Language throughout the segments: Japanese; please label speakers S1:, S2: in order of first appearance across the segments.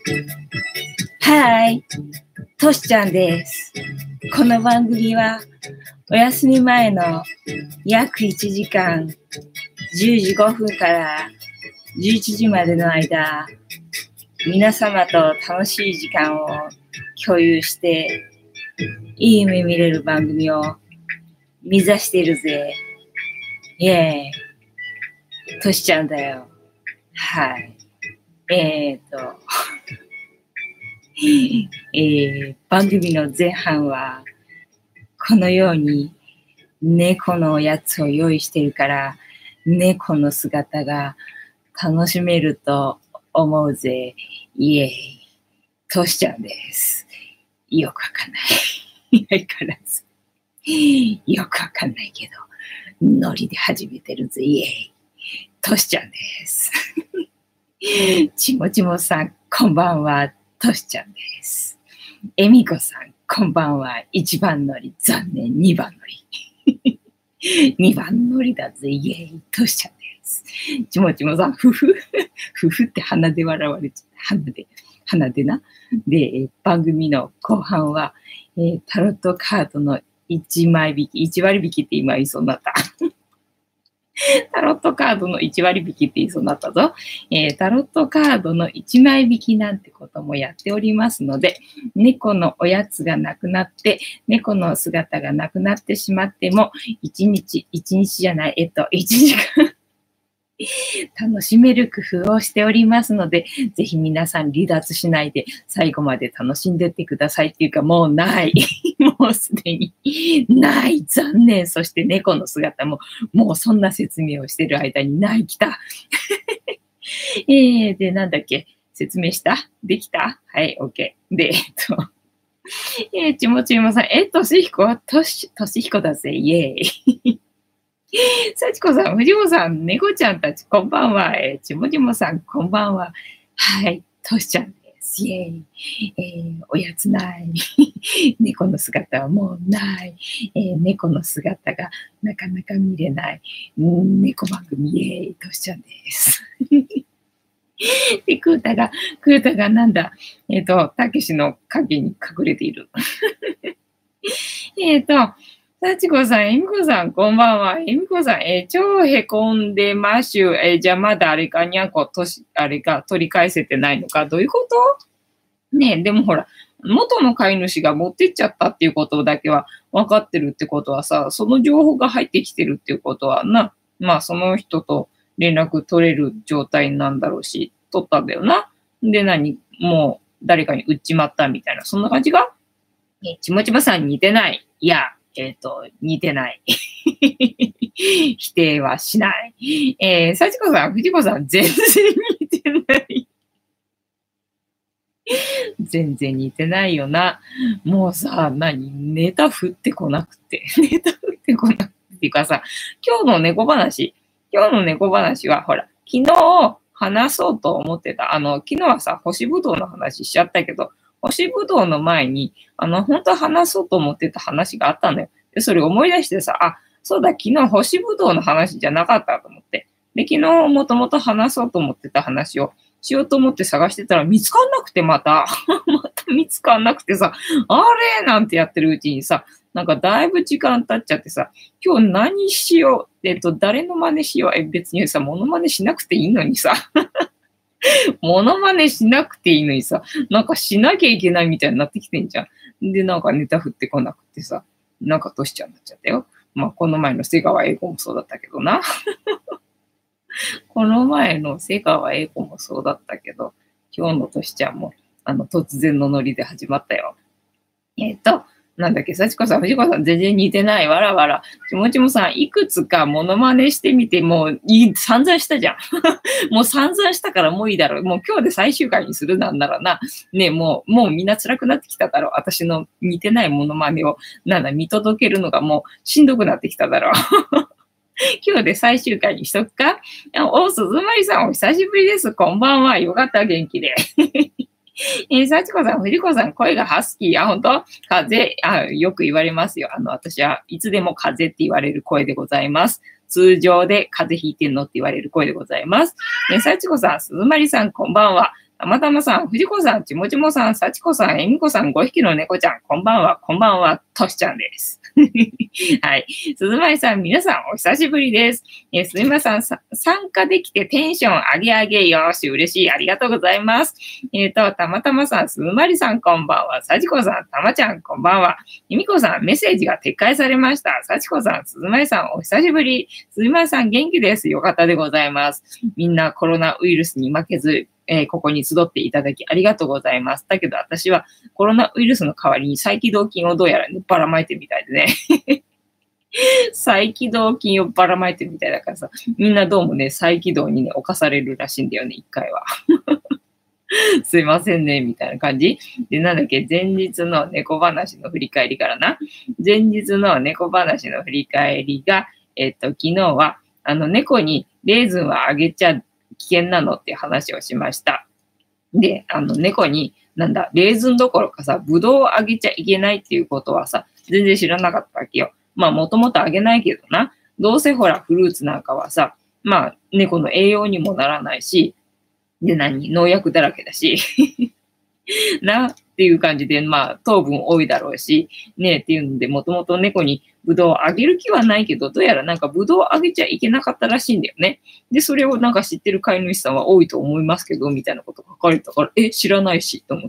S1: はい、としちゃんです。この番組はお休み前の約1時間、10時5分から11時までの間、皆様と楽しい時間を共有して、いい夢見れる番組を目指しているぜ。イェーイ。としちゃんだよ。はい。番組の前半はこのように猫のおやつを用意しているから猫の姿が楽しめると思うぜ。イエーイ。としちゃんです。よくわかんない。相変わらず。よくわかんないけどノリで始めてるぜ。イエーイ。としちゃんです。ちもちもさんこんばんは。としちゃんです。えみこさんこんばんは。1番乗り残念。2番乗り2番乗りだぜ。イエーイ。としちゃんです。ちもちもさんふふふふって鼻で笑われちゃった。鼻でな。で、番組の後半は、タロットカードの1枚引き、1割引きって今言いそうになった。タロットカードの1割引きって言いそうになったぞ。タロットカードの1枚引きなんてこともやっておりますので、猫のおやつがなくなって、猫の姿がなくなってしまっても、1時間楽しめる工夫をしておりますので、ぜひ皆さん離脱しないで最後まで楽しんでってくださいっていうか、もうない。もうすでにない。残念。そして猫の姿も、もうそんな説明をしてる間にない。来た。で、なんだっけ説明したできたはい、OK。で、ちもちもさん、としひこだぜ。イェーイ。さちこさん、藤子さん、猫ちゃんたち、こんばんは。ちもちもさん、こんばんは。はい、としちゃんです。イェーイ。おやつない。猫の姿はもうない。猫の姿がなかなか見れない。猫番組、イェーイ、としちゃんです。で、クータがなんだ、たけしの影に隠れている。さちこさん、えみこさん、こんばんは。えみこさん、超へこんでましゅ。じゃあまだあれか、にゃんこ、あれか、取り返せてないのか。どういうことねえ、でもほら、元の飼い主が持ってっちゃったっていうことだけは分かってるってことはさ、その情報が入ってきてるっていうことはな、まあその人と連絡取れる状態なんだろうし、取ったんだよな。で、もう誰かに売っちまったみたいな、そんな感じがちもちもさん似てない。いや、似てない。否定はしない。さちこさん、藤子さん、全然似てない。全然似てないよな。もうさ、ネタ降ってこなくて。ネタ降ってこなくてっていうかさ、今日の猫話は、ほら、昨日話そうと思ってた。昨日はさ、干しぶどうの話しちゃったけど、干しぶどうの前に、本当は話そうと思ってた話があったのよ。で、それ思い出してさ、そうだ、昨日干しぶどうの話じゃなかったと思って。で、昨日もともと話そうと思ってた話をしようと思って探してたら見つかんなくてまた見つかんなくてさ、あれなんてやってるうちにさ、なんかだいぶ時間経っちゃってさ、今日何しよう誰の真似しよう別にさ、モノマネしなくていいのにさ、モノマネしなくていいのにさ、なんかしなきゃいけないみたいになってきてんじゃん。で、なんかネタ振ってこなくてさ、なんかトシちゃんになっちゃったよ。まあ、この前の瀬川栄子もそうだったけどな。この前の瀬川栄子もそうだったけど、今日のトシちゃんも、突然のノリで始まったよ。なんだっけ、幸子さん、藤子さん、全然似てない。わらわら。ちもちもさん、いくつかモノマネしてみて、もう、散々したじゃん。もう散々したからもういいだろう。もう今日で最終回にするなんならな。ね、もうみんな辛くなってきただろう。私の似てないモノマネを、見届けるのがもうしんどくなってきただろう。今日で最終回にしとくか。鈴まりさん、お久しぶりです。こんばんは。よかった、元気で。幸子さん、藤子さん、声がハスキー。本当風邪、よく言われますよ。私はいつでも風邪って言われる声でございます。通常で風邪ひいてんのって言われる声でございます。幸子さん、鈴まりさん、こんばんは。 たまたまさん、藤子さん、ちもちもさん、さちこさん、えみこさん、5匹の猫ちゃん、こんばんは、こんばんは、としちゃんです。はい。すずまいさん、皆さん、お久しぶりです。すずまさん、参加できてテンション上げ上げよし、嬉しい。ありがとうございます。たまたまさん、すずまりさん、こんばんは。さちこさん、たまちゃん、こんばんは。えみこさん、メッセージが撤回されました。さちこさん、すずまいさん、お久しぶり。すずまいさん、元気です。よかったでございます。みんなコロナウイルスに負けず、ここに集っていただきありがとうございます。だけど私はコロナウイルスの代わりに再起動菌をどうやらばらまいてみたいでね。再起動菌をばらまいてみたいだからさ、みんなどうもね、再起動にね、侵されるらしいんだよね、一回は。すいませんね、みたいな感じ。で、なんだっけ、前日の猫話の振り返りからな。前日の猫話の振り返りが、昨日は、猫にレーズンはあげちゃ危険なのっていう話をしました。で、猫に、なんだ、レーズンどころかさ、ブドウをあげちゃいけないっていうことはさ、全然知らなかったわけよ。まあ、もともとあげないけどな。どうせほら、フルーツなんかはさ、まあ、猫の栄養にもならないし、で、農薬だらけだし、なっていう感じで、まあ、糖分多いだろうし、ねっていうんで、もともと猫にブドウをあげる気はないけど、どうやらなんかブドウをあげちゃいけなかったらしいんだよね。で、それをなんか知ってる飼い主さんは多いと思いますけど、みたいなこと書かれたから、知らないし、と思って。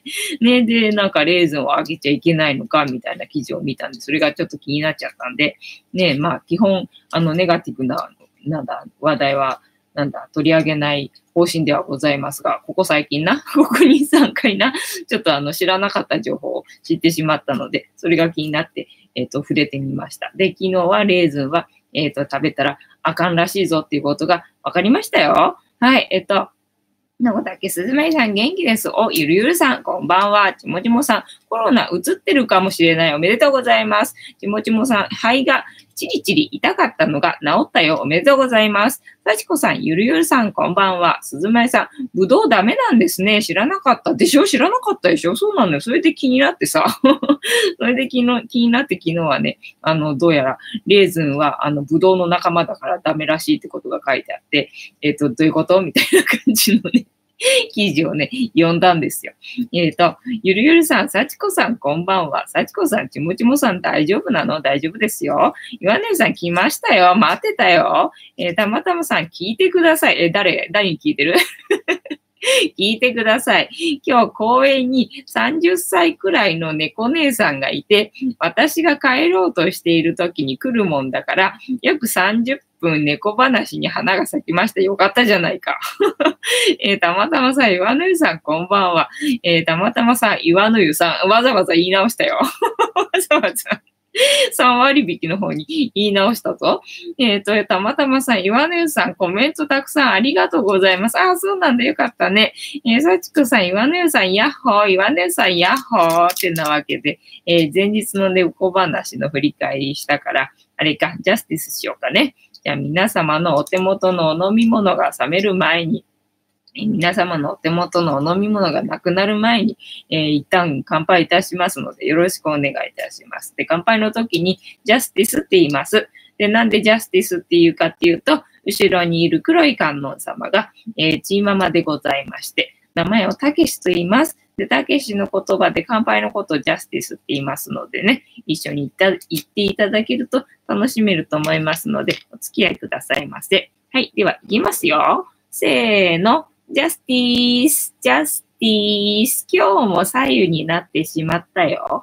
S1: ね、で、なんかレーズンをあげちゃいけないのか、みたいな記事を見たんで、それがちょっと気になっちゃったんで、ね、まあ、基本、ネガティブな、話題は、取り上げない方針ではございますが、ここ最近な、ここ2、3回な、ちょっと知らなかった情報を知ってしまったので、それが気になって、触れてみました。で、昨日はレーズンは、食べたらあかんらしいぞっていうことが分かりましたよ。はい、なこだっけ、すずめいさん元気です。お、ゆるゆるさん、こんばんは。ちもちもさん、コロナ移ってるかもしれない。おめでとうございます。ちもちもさん、肺がチリチリ痛かったのが治ったよ。おめでとうございます。さちこさん、ゆるゆるさん、こんばんは。すずめいさん、ぶどうダメなんですね。知らなかったでしょ？知らなかったでしょ？そうなんだよ。それで気になってさ。それで気になって昨日はね、どうやら、レーズンは、ぶどうの仲間だからダメらしいってことが書いてあって、どういうことみたいな感じのね、記事をね、読んだんですよ。ゆるゆるさん、さちこさん、こんばんは。さちこさん、ちもちもさん、大丈夫なの？大丈夫ですよ。岩根さん、来ましたよ。待ってたよ。たまたまさん、聞いてください。誰に聞いてる？聞いてください。今日公園に30歳くらいの猫姉さんがいて、私が帰ろうとしている時に来るもんだから、約30分猫話に花が咲きました。よかったじゃないか。たまたまさん、岩の湯さん、こんばんは。たまたまさん、岩の湯さん、わざわざ言い直したよ。わざわざ。3割引きの方に言い直したぞ。たまたまさん、岩根さん、コメントたくさんありがとうございます。あ、そうなんだ、よかったね。さちこさん、岩根さん、ヤッホー、岩根さん、ヤッホーってなわけで、前日の猫話の振り返りしたから、あれか、ジャスティスしようかね。じゃあ皆様のお手元のお飲み物が冷める前に、皆様のお手元のお飲み物がなくなる前に、一旦乾杯いたしますので、よろしくお願いいたします。で、乾杯の時に、ジャスティスって言います。で、なんでジャスティスって言うかっていうと、後ろにいる黒い観音様が、チーママでございまして、名前をたけしと言います。で、たけしの言葉で乾杯のことをジャスティスって言いますのでね、一緒に言っていただけると楽しめると思いますので、お付き合いくださいませ。はい、では、いきますよ。せーの。ジャスティース、ジャスティース。今日も左右になってしまったよ。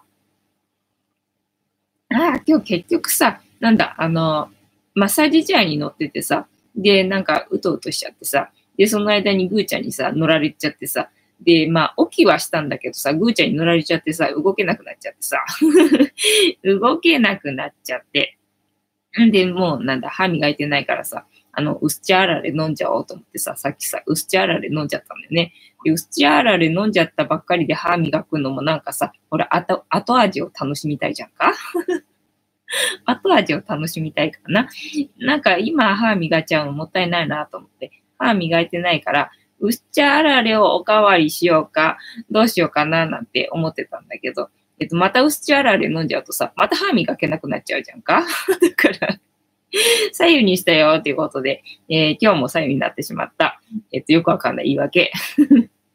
S1: 今日結局さ、マッサージチェアに乗っててさ、で、うとうとしちゃってさ、で、その間にぐーちゃんにさ、乗られちゃってさ、で、起きはしたんだけどさ、ぐーちゃんに乗られちゃってさ、動けなくなっちゃってさ、動けなくなっちゃって、で、もう歯磨いてないからさ、ウスチャーラレ飲んじゃおうと思ってさ、さっきさ、ウスチャーラレ飲んじゃったんだよね。で、ウスチャーラレ飲んじゃったばっかりで歯磨くのもほら、後味を楽しみたいじゃんか後味を楽しみたいからな。今歯磨いちゃうのもったいないなと思って、歯磨いてないから、ウスチャーラレをおかわりしようか、どうしようかななんて思ってたんだけど、またウスチャーラレ飲んじゃうとさ、また歯磨けなくなっちゃうじゃんかだから、左右にしたよということで、今日も左右になってしまった。よくわかんない言い訳。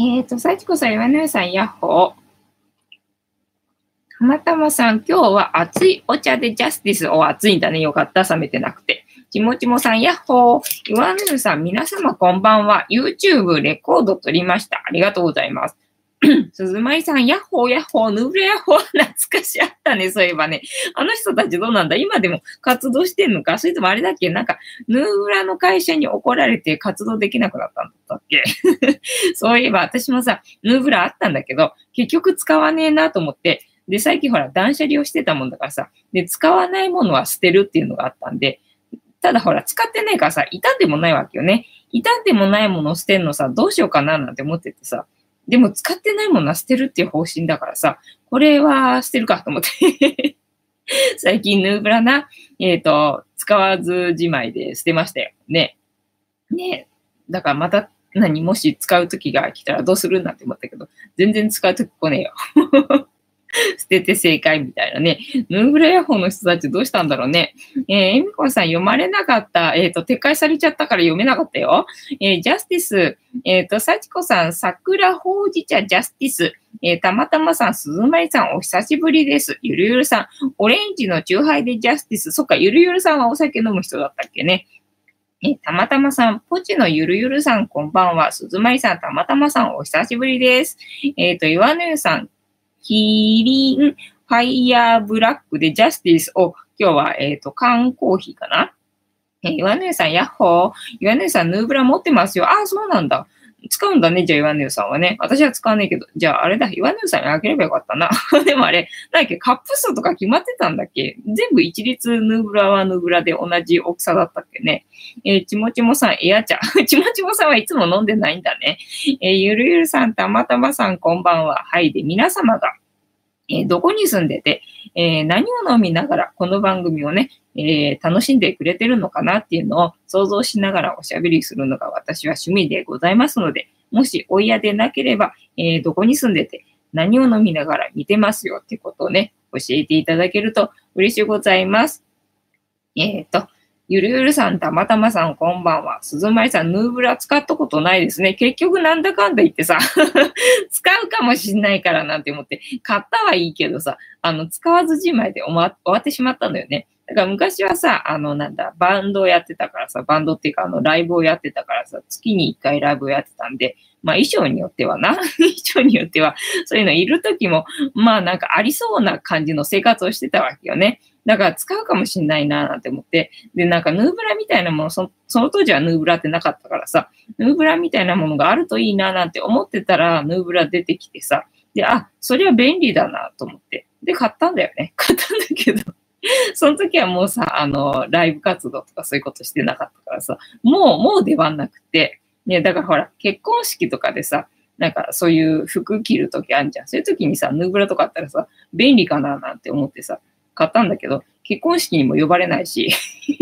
S1: 幸子さん、岩根さん、ヤッホー。たまたまさん、今日は熱いお茶でジャスティス。熱いんだね。よかった。冷めてなくて。ちもちもさん、ヤッホー。岩根さん、皆様こんばんは。YouTube レコード撮りました。ありがとうございます。鈴舞さん、ヤッホー、ヤッホー、ヌーブレヤッホー、懐かしあったね、そういえばね。あの人たちどうなんだ今でも活動してんのかそれともあれだっけなんか、ヌーブラの会社に怒られて活動できなくなったんだったっけそういえば私もさ、ヌーブラあったんだけど、結局使わねえなと思って、で、最近ほら、断捨離をしてたもんだからさ、で、使わないものは捨てるっていうのがあったんで、ただほら、使ってないからさ、傷んでもないわけよね。傷んでもないものを捨てるのさ、どうしようかななんて思っててさ、でも使ってないものは捨てるっていう方針だからさ、これは捨てるかと思って最近ヌーブラな、使わずじまいで捨てましたよ。ね。ね。だからまたもし使う時が来たらどうするなんて思ったけど、全然使う時来ねえよ。捨てて正解みたいなね。ヌーブラヤホーの人たちどうしたんだろうね。エミコさん読まれなかった。撤回されちゃったから読めなかったよ。ジャスティス。サチコさん、桜ほうじ茶ジャスティス。たまたまさん、鈴まりさん、お久しぶりです。ゆるゆるさん、オレンジのチューハイでジャスティス。そっか、ゆるゆるさんはお酒飲む人だったっけね。たまたまさん、ポチのゆるゆるさん、こんばんは。鈴まりさん、たまたまさん、お久しぶりです。岩根さん、キリン、ファイヤーブラックでジャスティスを、今日は、缶コーヒーかな。岩根さん、ヤッホー。岩根さん、ヌーブラ持ってますよ。あ、そうなんだ。使うんだね、じゃあ岩根さんはね。私は使わないけど。じゃああれだ、岩根さんにあげればよかったな。でもあれ、なんだっけ、カップ数とか決まってたんだっけ全部一律ヌーブラはヌーブラで同じ大きさだったっけね。ちもちもさん、エア茶。ちもちもさんはいつも飲んでないんだね。ゆるゆるさん、たまたまさん、こんばんは。はい。で、皆様が、どこに住んでて、何を飲みながらこの番組をね、楽しんでくれてるのかなっていうのを想像しながらおしゃべりするのが私は趣味でございますので、もしお嫌でなければ、どこに住んでて何を飲みながら見てますよってことをね、教えていただけると嬉しいございます。ゆるゆるさん、たまたまさん、こんばんは。鈴まりさん、ヌーブラ使ったことないですね。結局なんだかんだ言ってさ、使うかもしんないからなんて思って、買ったはいいけどさ、使わずじまいで終わってしまったんだよね。だから昔はさ、バンドをやってたからさ、バンドっていうか、ライブをやってたからさ、月に1回ライブをやってたんで、まあ衣装によってはな、衣装によっては、そういうのいる時も、まあなんかありそうな感じの生活をしてたわけよね。だから使うかもしんないななんて思って。で、なんかヌーブラみたいなもの、その当時はヌーブラってなかったからさ、ヌーブラみたいなものがあるといいななんて思ってたら、ヌーブラ出てきてさ、で、それは便利だなと思って。で、買ったんだよね。買ったんだけど、その時はもうさ、ライブ活動とかそういうことしてなかったからさ、もう出番なくて、ね、だからほら、結婚式とかでさ、なんかそういう服着るときあんじゃん。そういう時にさ、ヌーブラとかあったらさ、便利かななんて思ってさ、買ったんだけど、結婚式にも呼ばれないし、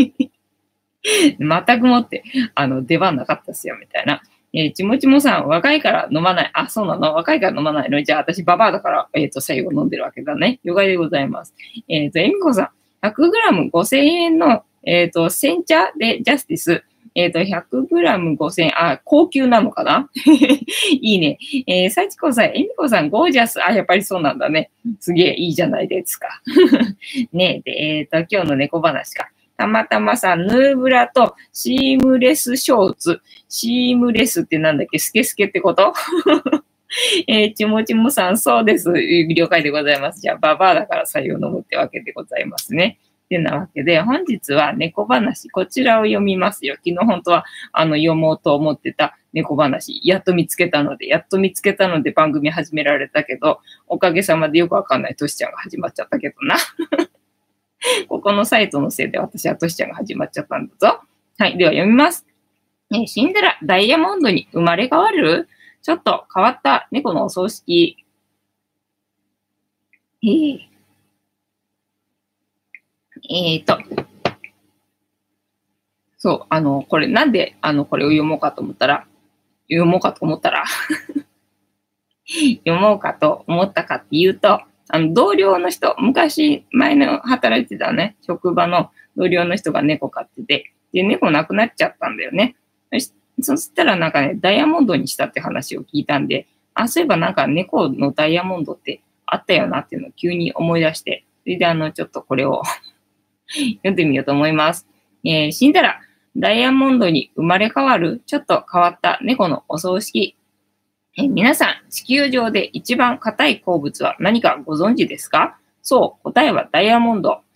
S1: 全くもって、出番なかったっすよ、みたいな。ちもちもさん、若いから飲まない。あ、そうなの若いから飲まないのじゃあ、私、ババアだから、最後飲んでるわけだね。了解でございます。えみこさん、100g5000 円の、煎茶でジャスティス。100g 5000円。高級なのかないいね。幸子さん、えみこさん、ゴージャス。やっぱりそうなんだね。すげえいいじゃないですか。ねで、今日の猫話か。たまたまさん、ヌーブラとシームレスショーツ。シームレスってなんだっけスケスケってことちもちもさん、そうです。了解でございます。じゃあ、ババアだから採用飲むってわけでございますね。ってなわけで、本日は猫話、こちらを読みますよ。昨日本当は、読もうと思ってた猫話、やっと見つけたので番組始められたけど、おかげさまでよくわかんないトシちゃんが始まっちゃったけどな。ここのサイトのせいで私はトシちゃんが始まっちゃったんだぞ。はい、では読みます。シンデレラ、ダイヤモンドに生まれ変わるちょっと変わった猫のお葬式。そう、これなんで、これを読もうかと思ったら、読もうかと思ったかっていうと、同僚の人、前の働いてたね、職場の同僚の人が猫飼ってて、で、猫亡くなっちゃったんだよね。 そしたらなんかね、ダイヤモンドにしたって話を聞いたんで、あ、そういえばなんか猫のダイヤモンドってあったよなっていうのを急に思い出して、それでちょっとこれを読んでみようと思います。死んだらダイヤモンドに生まれ変わるちょっと変わった猫のお葬式。皆さん、地球上で一番硬い鉱物は何かご存知ですか？そう、答えはダイヤモンド。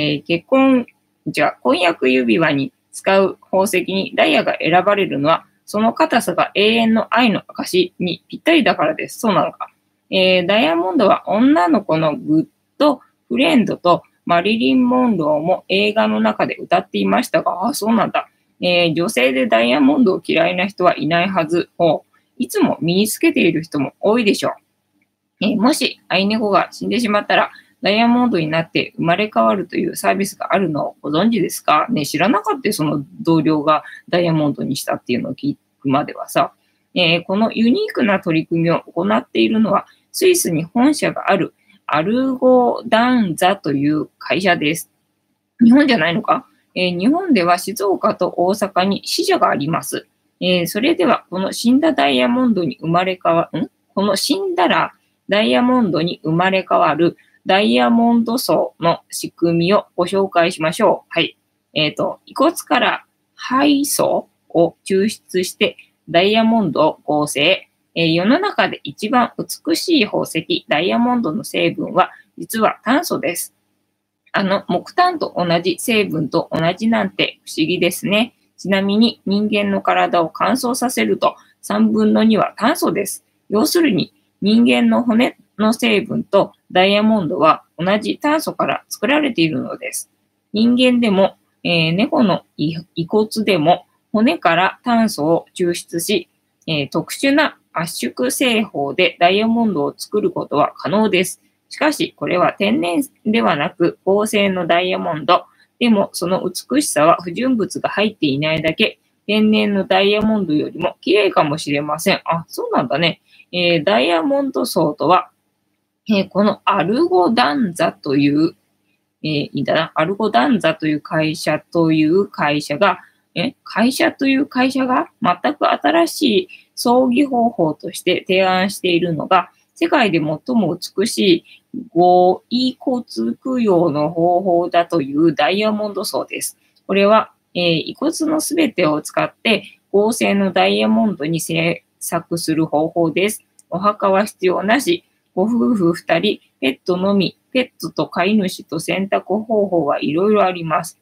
S1: 婚約指輪に使う宝石にダイヤが選ばれるのは、その硬さが永遠の愛の証にぴったりだからです。そうなのか。ダイヤモンドは女の子のグッドフレンドとマリリン・モンローも映画の中で歌っていましたが、あ、そうなんだ。女性でダイヤモンドを嫌いな人はいないはず。いつも身につけている人も多いでしょう。もし愛猫が死んでしまったら、ダイヤモンドになって生まれ変わるというサービスがあるのをご存知ですかね？知らなかったよ、その同僚がダイヤモンドにしたっていうのを聞くまではさ。このユニークな取り組みを行っているのは、スイスに本社があるアルゴダンザという会社です。日本じゃないのか？日本では静岡と大阪に支社があります。それでは、この死んだダイヤモンドに生まれ変わる、この死んだらダイヤモンドに生まれ変わるダイヤモンド層の仕組みをご紹介しましょう。はい。遺骨から胚層を抽出してダイヤモンドを合成。世の中で一番美しい宝石、ダイヤモンドの成分は実は炭素です。木炭と同じ成分と同じなんて不思議ですね。ちなみに人間の体を乾燥させると3分の2は炭素です。要するに人間の骨の成分とダイヤモンドは同じ炭素から作られているのです。人間でも、猫の遺骨でも骨から炭素を抽出し、特殊な圧縮製法でダイヤモンドを作ることは可能です。しかし、これは天然ではなく合成のダイヤモンド。でも、その美しさは不純物が入っていないだけ、天然のダイヤモンドよりも綺麗かもしれません。あ、そうなんだね。ダイヤモンド層とは、このアルゴダンザという、いいんだな、アルゴダンザという会社が、会社という会社が全く新しい葬儀方法として提案しているのが、世界で最も美しいご遺骨供養の方法だというダイヤモンド層です。これは、遺骨のすべてを使って合成のダイヤモンドに製作する方法です。お墓は必要なし。ご夫婦2人、ペットのみ、ペットと飼い主と選択方法はいろいろあります。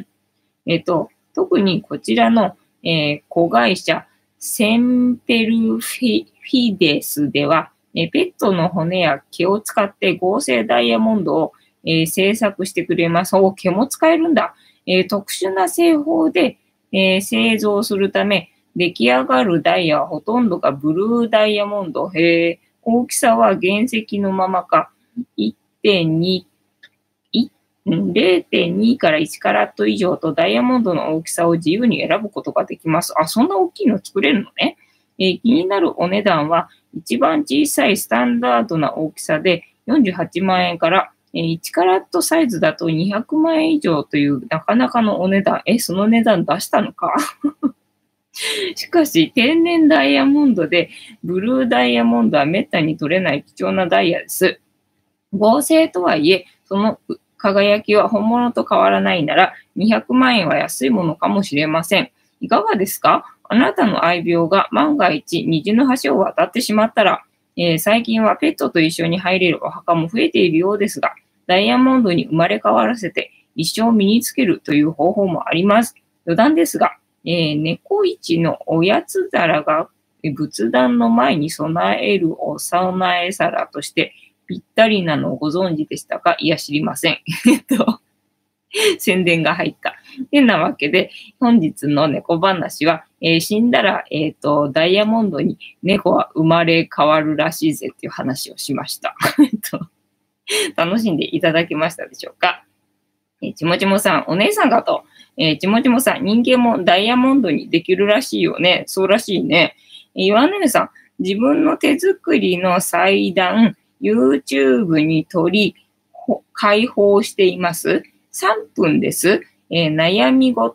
S1: 特にこちらの、子会社、センペルフィデスでは、ペットの骨や毛を使って合成ダイヤモンドを、製作してくれます。毛も使えるんだ。特殊な製法で、製造するため、出来上がるダイヤはほとんどがブルーダイヤモンド。大きさは原石のままか、1.2、0.2から1カラット以上とダイヤモンドの大きさを自由に選ぶことができます。あ、そんな大きいの作れるのね。気になるお値段は、一番小さいスタンダードな大きさで48万円から、1カラットサイズだと200万円以上というなかなかのお値段。その値段出したのかしかし、天然ダイヤモンドで、ブルーダイヤモンドはめったに取れない貴重なダイヤです。合成とはいえ、その輝きは本物と変わらないなら、200万円は安いものかもしれません。いかがですか？あなたの愛病が万が一虹の橋を渡ってしまったら、最近はペットと一緒に入れるお墓も増えているようですが、ダイヤモンドに生まれ変わらせて一生身につけるという方法もあります。余談ですが、猫市のおやつ皿が仏壇の前に備えるお供え皿としてぴったりなのをご存知でしたか？いや、知りません。宣伝が入った。てなわけで、本日の猫話は、死んだら、ダイヤモンドに猫は生まれ変わるらしいぜっていう話をしました。楽しんでいただけましたでしょうか？ちもちもさん、お姉さんかと。ちもちもさん、人間もダイヤモンドにできるらしいよね。そうらしいね。岩根さん、自分の手作りの祭壇、YouTube に取り、開放しています。3分です。悩み事、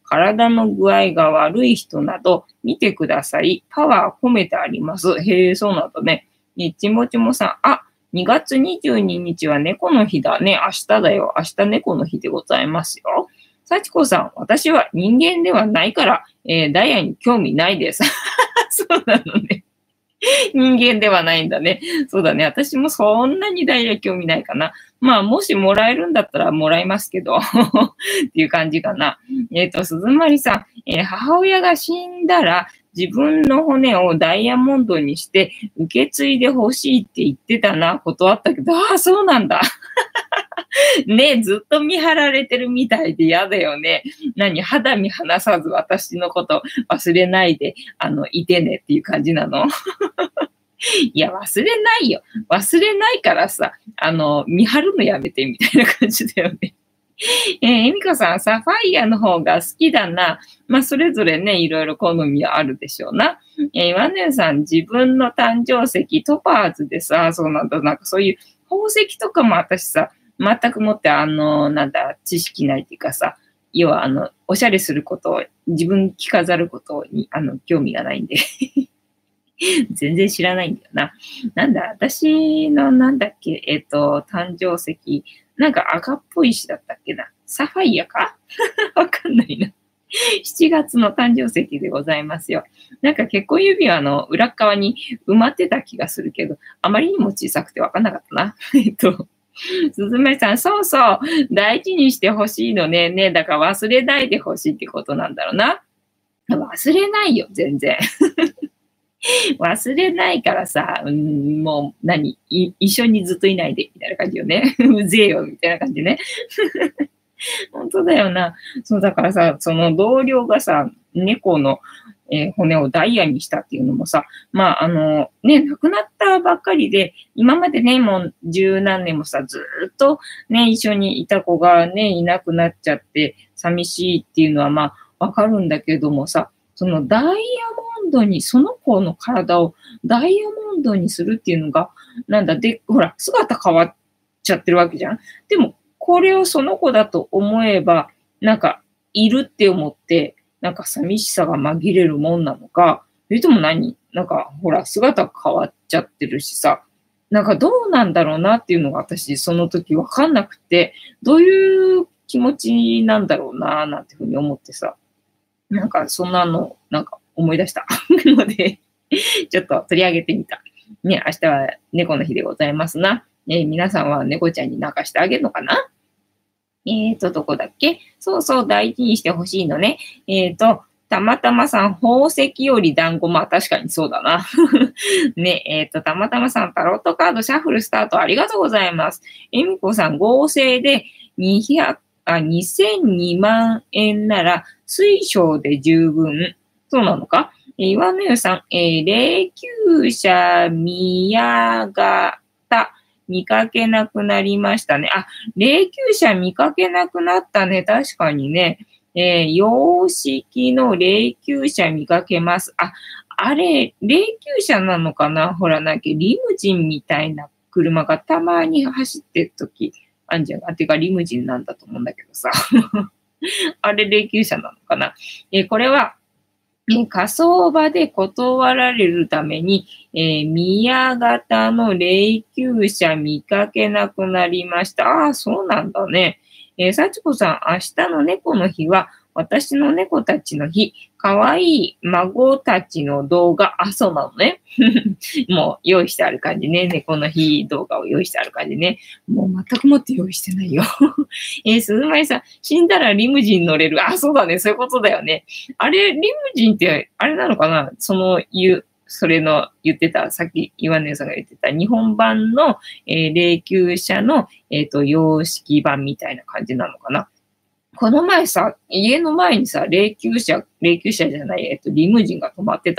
S1: 体の具合が悪い人など見てください。パワー込めてあります。へえ、そうなんだね。ちもちもさん、2月22日は猫の日だね。明日だよ。明日猫の日でございますよ。幸子さん、私は人間ではないから、ダイヤに興味ないです。そうなのね。人間ではないんだね。そうだね。私もそんなにダイヤ興味ないかな。まあ、もしもらえるんだったらもらいますけど、っていう感じかな。鈴まりさん、母親が死んだら自分の骨をダイヤモンドにして受け継いでほしいって言ってたな、断ったけど、そうなんだ。ね、ずっと見張られてるみたいで嫌だよね。肌身離さず私のこと忘れないで、いてねっていう感じなの。いや、忘れないよ。忘れないからさ、見張るのやめてみたいな感じだよね。エミカさん、サファイアの方が好きだな。まあ、それぞれね、いろいろ好みはあるでしょうな。ワネさん、自分の誕生石、トパーズでさ、そうなんだ。なんかそういう宝石とかも私さ、全くもって、知識ないっていうかさ、要は、おしゃれすることを、自分着飾ることに、興味がないんで。全然知らないんだよな。私の誕生石、なんか赤っぽい石だったっけな。サファイアかわかんないな。7月の誕生石でございますよ。なんか結婚指輪の裏側に埋まってた気がするけど、あまりにも小さくてわかんなかったな。すずめさん、そうそう、大事にしてほしいのね。だから忘れないでほしいってことなんだろうな。忘れないよ、全然。忘れないからさ、もう一緒にずっといないで、みたいな感じよね。うぜえよ、みたいな感じね。本当だよな。そうだからさ、その同僚がさ、猫の、骨をダイヤにしたっていうのもさ、まあ、亡くなったばっかりで、今までね、もう十何年もさ、ずっとね、一緒にいた子がね、いなくなっちゃって、寂しいっていうのはまあ、わかるんだけどもさ、そのダイヤモンドに、その子の体をダイヤモンドにするっていうのが、ほら、姿変わっちゃってるわけじゃん。でも、これをその子だと思えば、いるって思って、寂しさが紛れるもんなのか、それともほら、姿変わっちゃってるしさ、どうなんだろうなっていうのが私、その時わかんなくて、どういう気持ちなんだろうな、なんていうふうに思ってさ、そんなの、思い出したので、ちょっと取り上げてみた。ね、明日は猫の日でございますな。皆さんは猫ちゃんにしてあげるのかな。どこだっけ？そうそう、大事にしてほしいのね。たまたまさん、宝石より団子。まあ、確かにそうだな。ね、たまたまさん、タロットカードシャッフルスタートありがとうございます。えみこさん、合成で2002万円なら、水晶で十分。そうなのか？岩野湯さん、霊柩車宮型。見かけなくなりましたね。霊柩車見かけなくなったね。確かにね。洋式の霊柩車見かけます。あれ、霊柩車なのかな？ほら、リムジンみたいな車がたまに走ってるときあんじゃん。てか、リムジンなんだと思うんだけどさ。あれ、霊柩車なのかな？これは、火葬場で断られるために、宮型の霊柩車見かけなくなりました。そうなんだね。幸子さん、明日の猫の日は、私の猫たちの日、かわいい孫たちの動画、そうなのね。もう用意してある感じね。猫の日動画を用意してある感じね。もう全くもって用意してないよ。鈴舞さん、死んだらリムジン乗れる。そうだね。そういうことだよね。あれ、リムジンって、あれなのかな？それの言ってた、さっき岩根さんが言ってた日本版の、霊柩車の、洋式版みたいな感じなのかな。この前さ、家の前にさ、霊柩車じゃない、リムジンが止まってたんだけど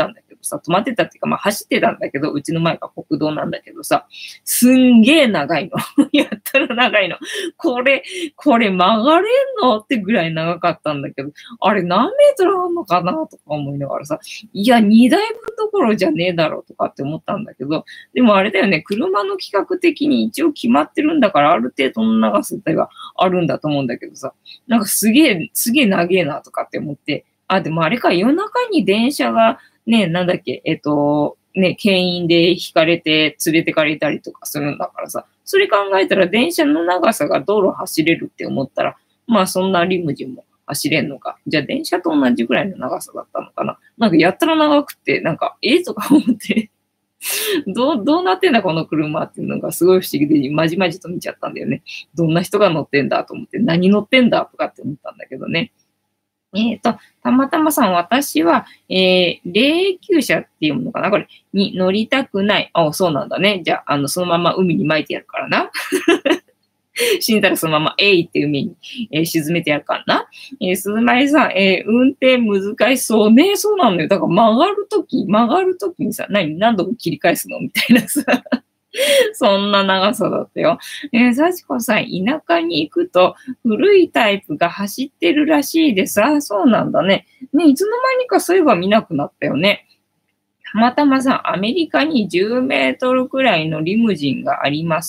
S1: さ、止まってたっていうか、まあ走ってたんだけど、うちの前が国道なんだけどさ、すんげえ長いの。やったら長いの。これ曲がれんのってぐらい長かったんだけど、あれ何メートルあんのかなとか思いながらさ、いや、2台分どころじゃねえだろうとかって思ったんだけど、でもあれだよね、車の規格的に一応決まってるんだから、ある程度の長さではあるんだと思うんだけどさ、なんかすげえ長えなとかって思って、あ、でもあれか、夜中に電車がね、なんだっけ、ね、牽引で引かれて連れてかれたりとかするんだからさ、それ考えたら電車の長さが道路走れるって思ったら、まあそんなリムジンも走れんのか。じゃあ電車と同じぐらいの長さだったのかな。なんかやったら長くて、なんか、とか思ってどうなってんだこの車っていうのがすごい不思議で、まじまじと見ちゃったんだよね。どんな人が乗ってんだと思って、何乗ってんだとかって思ったんだけどね。たまたまさん、私は、霊柩車っていうのかなこれ、に乗りたくない。あ、そうなんだね。じゃあ、そのまま海に撒いてやるからな。死んだらそのまま、えいって海に、沈めてやるからな。鈴舞さん、運転難しそうね。そうなのよ。だから曲がるときにさ、何度も切り返すのみたいなさ。そんな長さだったよ。幸子さん、田舎に行くと古いタイプが走ってるらしいです。あ、そうなんだね。ね、いつの間にかそういえば見なくなったよね。たまたまさん、アメリカに10メートルくらいのリムジンがあります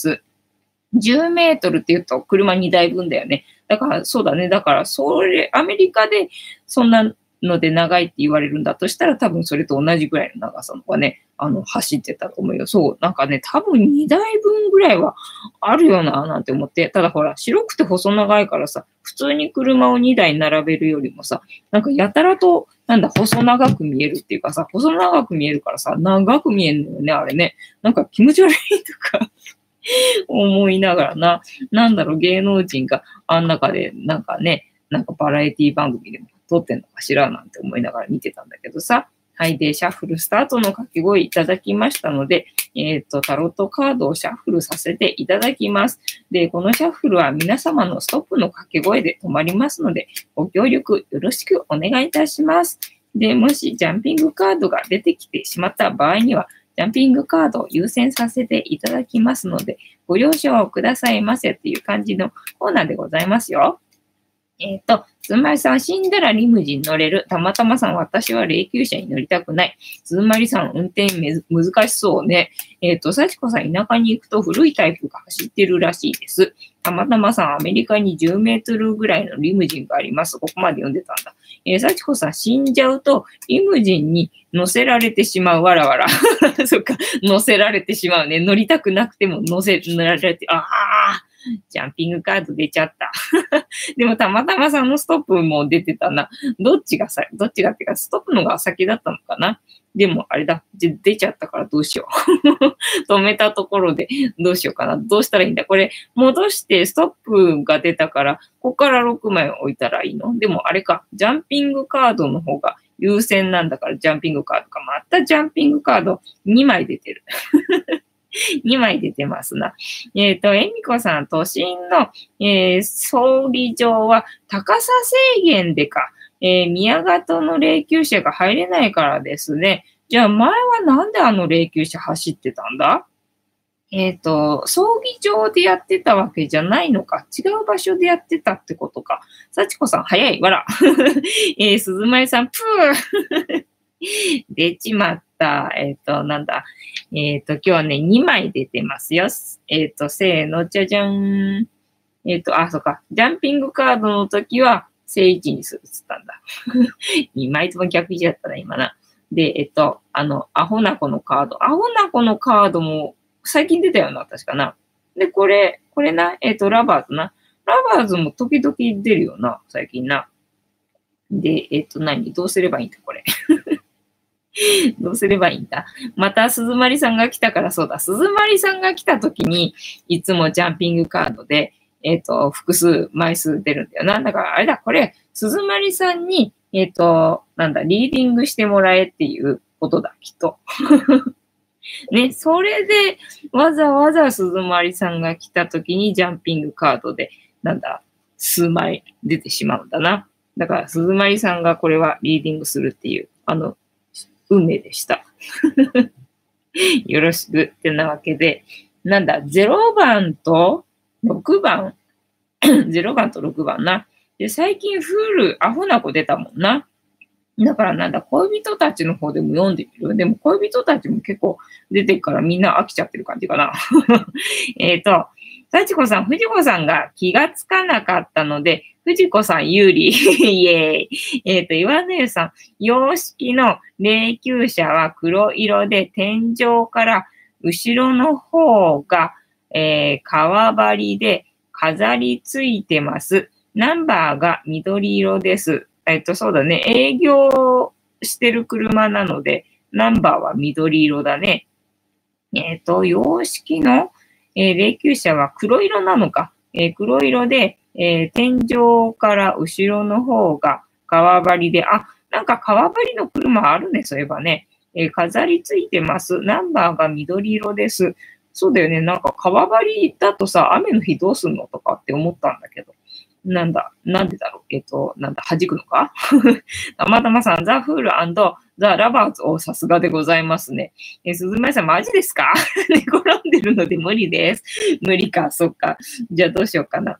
S1: 。10メートルって言うと車2台分だよね。だから、そうだね。だから、アメリカでそんなので長いって言われるんだとしたら、多分それと同じぐらいの長さのがね、走ってたと思うよ。そう、なんかね、多分2台分ぐらいはあるよな、なんて思って。ただほら、白くて細長いからさ、普通に車を2台並べるよりもさ、なんかやたらと、細長く見えるっていうかさ、細長く見えるからさ、長く見えるのよね、あれね。なんか気持ち悪いとか思いながらな、芸能人があん中で、なんかね、なんかバラエティ番組でも撮ってんのかしらなんて思いながら見てたんだけどさ。はい。で、シャッフルスタートの掛け声いただきましたので、タロットカードをシャッフルさせていただきます。で、このシャッフルは皆様のストップの掛け声で止まりますので、ご協力よろしくお願いいたします。で、もしジャンピングカードが出てきてしまった場合には、ジャンピングカードを優先させていただきますので、ご了承くださいませっていう感じのコーナーでございますよ。つんまりさん、死んだらリムジン乗れる。たまたまさん、私は霊柩車に乗りたくない。つんまりさん、運転難しそうね。幸子さん、田舎に行くと古いタイプが走ってるらしいです。たまたまさん、アメリカに10メートルぐらいのリムジンがあります。ここまで読んでたんだ。幸子さん、死んじゃうと、リムジンに乗せられてしまう。わらわら。そっか、乗せられてしまうね。乗りたくなくても乗られて、ジャンピングカード出ちゃった。でもたまたまさんのストップも出てたな。どっちがっていうか、ストップのが先だったのかな。でもあれだ。出ちゃったからどうしよう。止めたところでどうしようかな。どうしたらいいんだ。これ戻してストップが出たから、ここから6枚置いたらいいの？でもあれか。ジャンピングカードの方が優先なんだからジャンピングカードか。またジャンピングカード2枚出てる。2枚出てますな。えみこさん、都心の、総理場は高さ制限でか。宮型の霊柩車が入れないからですね。じゃあ前はなんであの霊柩車走ってたんだ？葬儀場でやってたわけじゃないのか。違う場所でやってたってことか。幸子さん、早い。わら。鈴舞さん、プー出ちまった。今日はね、2枚出てますよ。せーの、じゃじゃん。そうか。ジャンピングカードの時は、正位置にするっつったんだ。2枚とも逆位置だったな、今な。で、アホな子のカード。アホな子のカードも、最近出たよな、確かな。で、これな、ラバーズな。ラバーズも時々出るよな、最近な。で、どうすればいいんだ、これ。どうすればいいんだ。また、鈴まりさんが来たからそうだ。鈴まりさんが来た時に、いつもジャンピングカードで、複数枚数出るんだよな。だから、あれだ、これ、鈴まりさんに、リーディングしてもらえっていうことだ、きっと。ね、それで、わざわざ鈴まりさんが来た時に、ジャンピングカードで、数枚出てしまうんだな。だから、鈴まりさんがこれはリーディングするっていう、運命でした。 よろしくってなわけで、なんだ、0番と6番0番と6番な。で、最近フール、アホな子出たもんな。だからなんだ、恋人たちの方でも読んでみる。でも恋人たちも結構出てるからみんな飽きちゃってる感じかな。幸子さん、藤子さんが気がつかなかったので、藤子さん有利。イエーイ。岩根さん、洋式の霊柩車は黒色で天井から後ろの方が、革張りで飾り付いてます。ナンバーが緑色です。そうだね。営業してる車なので、ナンバーは緑色だね。洋式の、霊柩車は黒色なのか。黒色で、天井から後ろの方が革張りで、なんか革張りの車あるね、そういえばね。飾り付いてます。ナンバーが緑色です。そうだよね。なんか革張りだとさ、雨の日どうすんのとかって思ったんだけど。なんでだろう。弾くのかたまたまさん、ザ・フールザ・ラバーズ、さすがでございますね。鈴舞さん、マジですか寝転んでるので無理です。無理か、そっか。じゃあどうしようかな。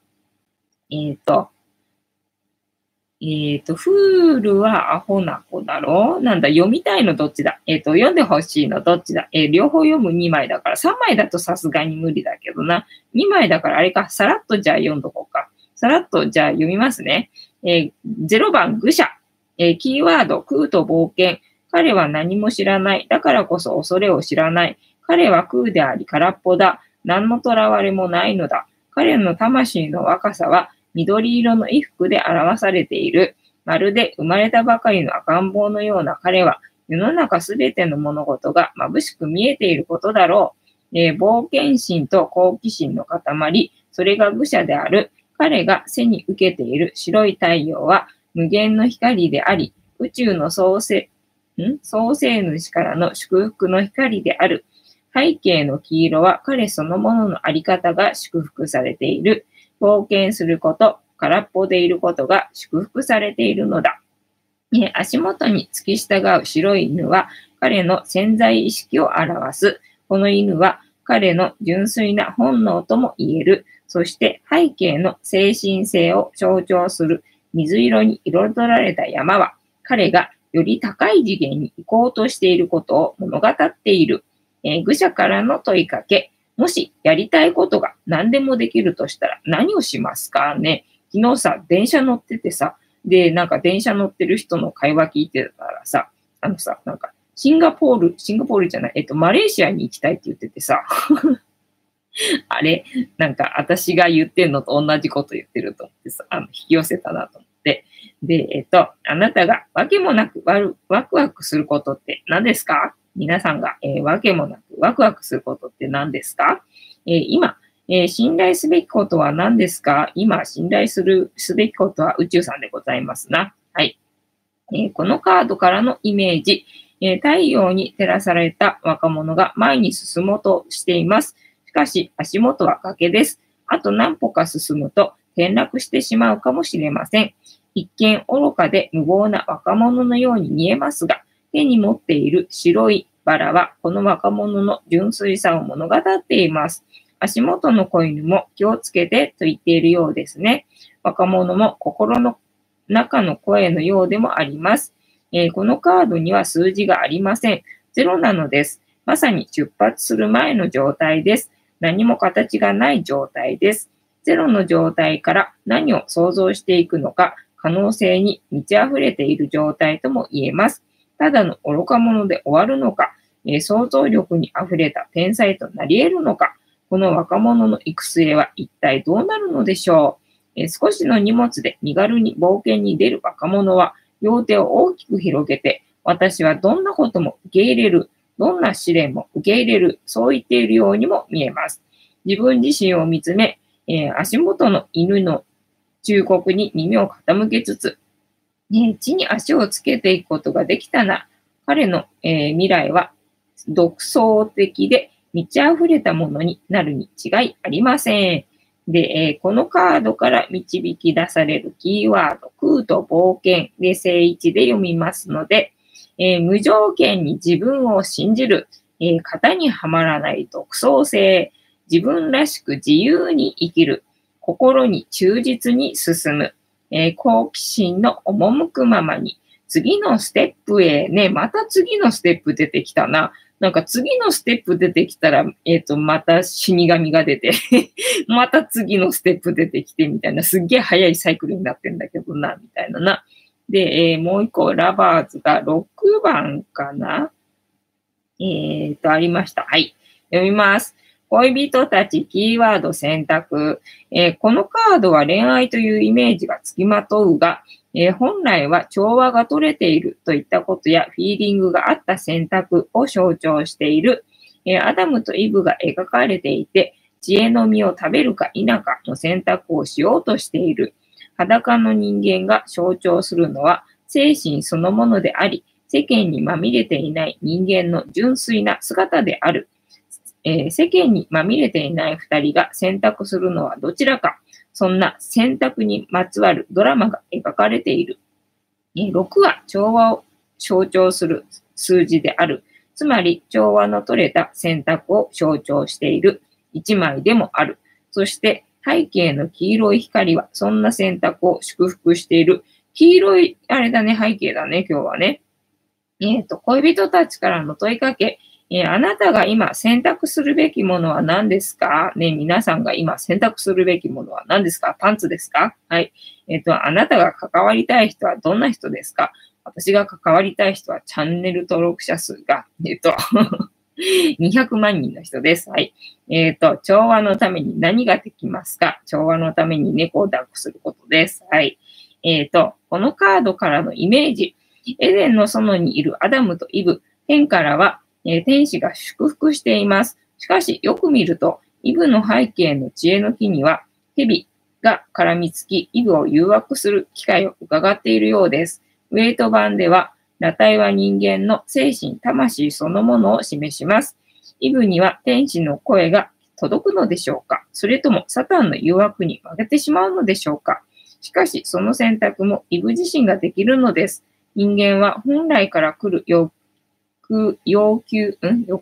S1: フールはアホな子だろうなんだ、読みたいのどっちだ読んでほしいのどっちだ両方読む2枚だから、3枚だとさすがに無理だけどな。2枚だからあれか、さらっとじゃあ読んどこうか。さらっとじゃあ読みますね。0番、愚者。キーワード、空と冒険。彼は何も知らない。だからこそ恐れを知らない。彼は空であり空っぽだ。何の囚われもないのだ。彼の魂の若さは緑色の衣服で表されている。まるで生まれたばかりの赤ん坊のような彼は、世の中すべての物事が眩しく見えていることだろう。冒険心と好奇心の塊、それが愚者である。彼が背に受けている白い太陽は無限の光であり、宇宙の創生主からの祝福の光である。背景の黄色は彼そのもののあり方が祝福されている。冒険すること、空っぽでいることが祝福されているのだ。足元に付き従う白い犬は彼の潜在意識を表す。この犬は彼の純粋な本能とも言える。そして背景の精神性を象徴する水色に彩られた山は彼がより高い次元に行こうとしていることを物語っている。愚者からの問いかけ。もしやりたいことが何でもできるとしたら何をしますかね。昨日さ、電車乗っててさ、で、なんか電車乗ってる人の会話聞いてたらさ、なんかシンガポールじゃない、マレーシアに行きたいって言っててさ、あれ、なんか私が言ってんのと同じこと言ってると思ってさ、引き寄せたなと思って。で、あなたがわけもなくワクワクすることって何ですか？皆さんが、わけもなくワクワクすることって何ですか？今、信頼すべきことは何ですか？今、信頼すべきことは宇宙さんでございますな。はい。このカードからのイメージ、太陽に照らされた若者が前に進もうとしています。しかし、足元は崖です。あと何歩か進むと転落してしまうかもしれません。一見愚かで無謀な若者のように見えますが、手に持っている白いバラはこの若者の純粋さを物語っています。足元の子犬も気をつけてと言っているようですね。若者も心の中の声のようでもあります。このカードには数字がありません。ゼロなのです。まさに出発する前の状態です。何も形がない状態です。ゼロの状態から何を想像していくのか、可能性に満ち溢れている状態とも言えます。ただの愚か者で終わるのか、想像力に溢れた天才となり得るのか、この若者の行く末は一体どうなるのでしょう。少しの荷物で身軽に冒険に出る若者は、両手を大きく広げて、私はどんなことも受け入れる、どんな試練も受け入れる、そう言っているようにも見えます。自分自身を見つめ、足元の犬の忠告に耳を傾けつつ、地に足をつけていくことができたら、彼の、未来は独創的で満ち溢れたものになるに違いありません。で、このカードから導き出されるキーワード、空と冒険で正位置で読みますので、 無条件に自分を信じる。型にはまらない独創性。自分らしく自由に生きる。心に忠実に進む。好奇心の赴くままに。次のステップへね、また次のステップ出てきたな。なんか次のステップ出てきたら、また死神が出てまた次のステップ出てきてみたいな、すっげえ早いサイクルになってんだけどな、みたいなな。で、もう一個、ラバーズが6番かなありました。はい。読みます。恋人たちキーワード選択。このカードは恋愛というイメージがつきまとうが、本来は調和が取れているといったことやフィーリングがあった選択を象徴している。アダムとイブが描かれていて、知恵の実を食べるか否かの選択をしようとしている。裸の人間が象徴するのは精神そのものであり、世間にまみれていない人間の純粋な姿である。世間にまみれていない二人が選択するのはどちらか。そんな選択にまつわるドラマが描かれている。6は調和を象徴する数字である。つまり調和の取れた選択を象徴している一枚でもある。そして背景の黄色い光はそんな選択を祝福している。黄色い、あれだね、背景だね、今日はね。恋人たちからの問いかけ。あなたが今選択するべきものは何ですかね、皆さんが今選択するべきものは何ですか？パンツですか？はい。あなたが関わりたい人はどんな人ですか？私が関わりたい人はチャンネル登録者数が、200万人の人です。はい。調和のために何ができますか？調和のために猫を抱っこすることです。はい。このカードからのイメージ。エデンの園にいるアダムとイブ。天からは、天使が祝福しています。しかし、よく見ると、イブの背景の知恵の木には、蛇が絡みつき、イブを誘惑する機会を伺っているようです。ウェイト版では、裸体は人間の精神、魂そのものを示します。イブには天使の声が届くのでしょうか？それともサタンの誘惑に負けてしまうのでしょうか？しかし、その選択もイブ自身ができるのです。人間は本来から来る欲求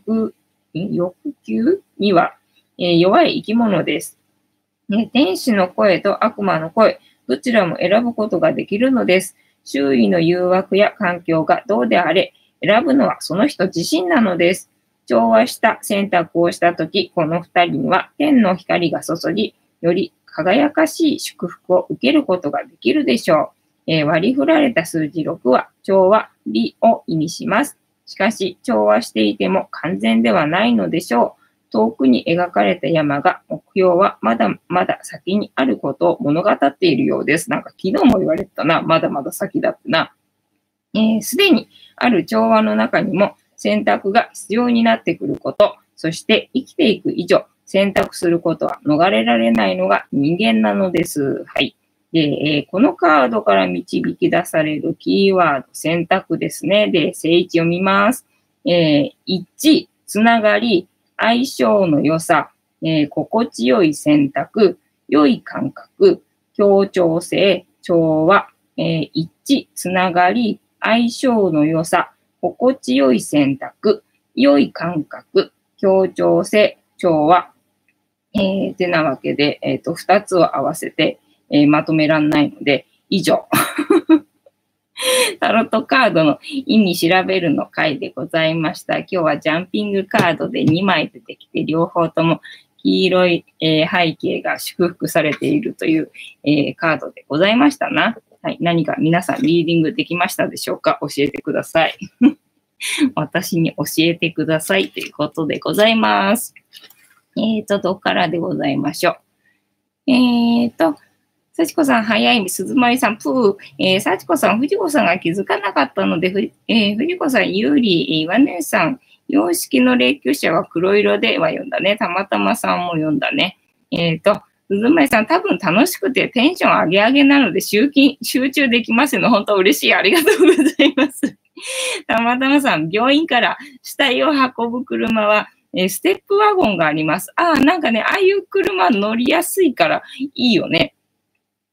S1: には、弱い生き物です。天使の声と悪魔の声、どちらも選ぶことができるのです。周囲の誘惑や環境がどうであれ、選ぶのはその人自身なのです。調和した選択をしたとき、この二人には天の光が注ぎ、より輝かしい祝福を受けることができるでしょう。割り振られた数字6は調和、美を意味します。しかし、調和していても完全ではないのでしょう。遠くに描かれた山が目標はまだまだ先にあることを物語っているようです。なんか昨日も言われてたな。まだまだ先だってな。すでにある調和の中にも選択が必要になってくること、そして生きていく以上、選択することは逃れられないのが人間なのです。はい。で、このカードから導き出されるキーワード、選択ですね。で、正位置読みます。一致、つながり、相性の良さ、心地よい選択、良い感覚、協調性、調和、一致、つながり、相性の良さ、心地よい選択、良い感覚、協調性、調和。てなわけで、二つを合わせて、まとめらんないので、以上。タロットカードの意味調べるの回でございました。今日はジャンピングカードで2枚出てきて、両方とも黄色い、背景が祝福されているという、カードでございましたな。はい。何か皆さんリーディングできましたでしょうか？教えてください。私に教えてくださいということでございます。どっからでございましょう。幸子さん、早い。鈴まりさん、幸子さん、藤子さんが気づかなかったので、藤子さん、有利、岩根さん、様式の霊柩車は黒色では読んだね。たまたまさんも読んだね。鈴まりさん、多分楽しくてテンション上げ上げなので集中できますの。本当嬉しい。ありがとうございます。たまたまさん、病院から死体を運ぶ車は、ステップワゴンがあります。なんかね、ああいう車乗りやすいからいいよね。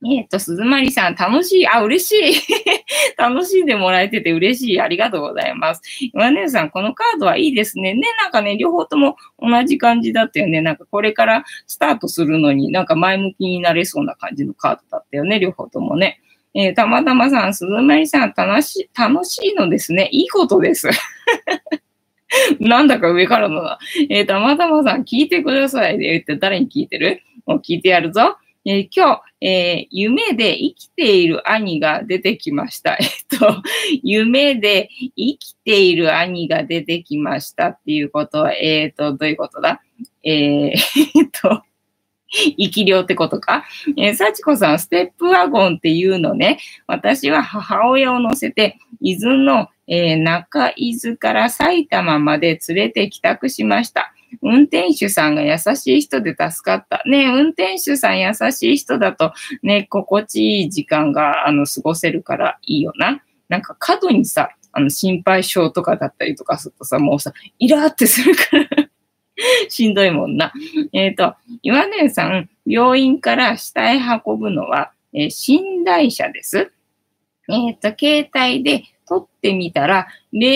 S1: 鈴まりさん、楽しい。あ、嬉しい。楽しんでもらえてて嬉しい。ありがとうございます。岩根さん、このカードはいいですね。ね、なんかね、両方とも同じ感じだったよね。なんかこれからスタートするのになんか前向きになれそうな感じのカードだったよね。両方ともね。たまたまさん、鈴まりさん、楽しいのですね。いいことです。なんだか上からのだ。たまたまさん、聞いてください。で、誰に聞いてる？もう聞いてやるぞ。今日、夢で生きている兄が出てきました。夢で生きている兄が出てきましたっていうことは、どういうことだ？生き量ってことか。幸子さん、ステップワゴンっていうのね。私は母親を乗せて、伊豆の、中伊豆から埼玉まで連れて帰宅しました。運転手さんが優しい人で助かった。ね、運転手さん優しい人だと、ね、心地いい時間が、過ごせるからいいよな。なんか過度にさ、心配性とかだったりとかするとさ、もうさ、イラーってするからしんどいもんな。岩根さん、病院から下へ運ぶのは、寝台車です。携帯で撮ってみたら、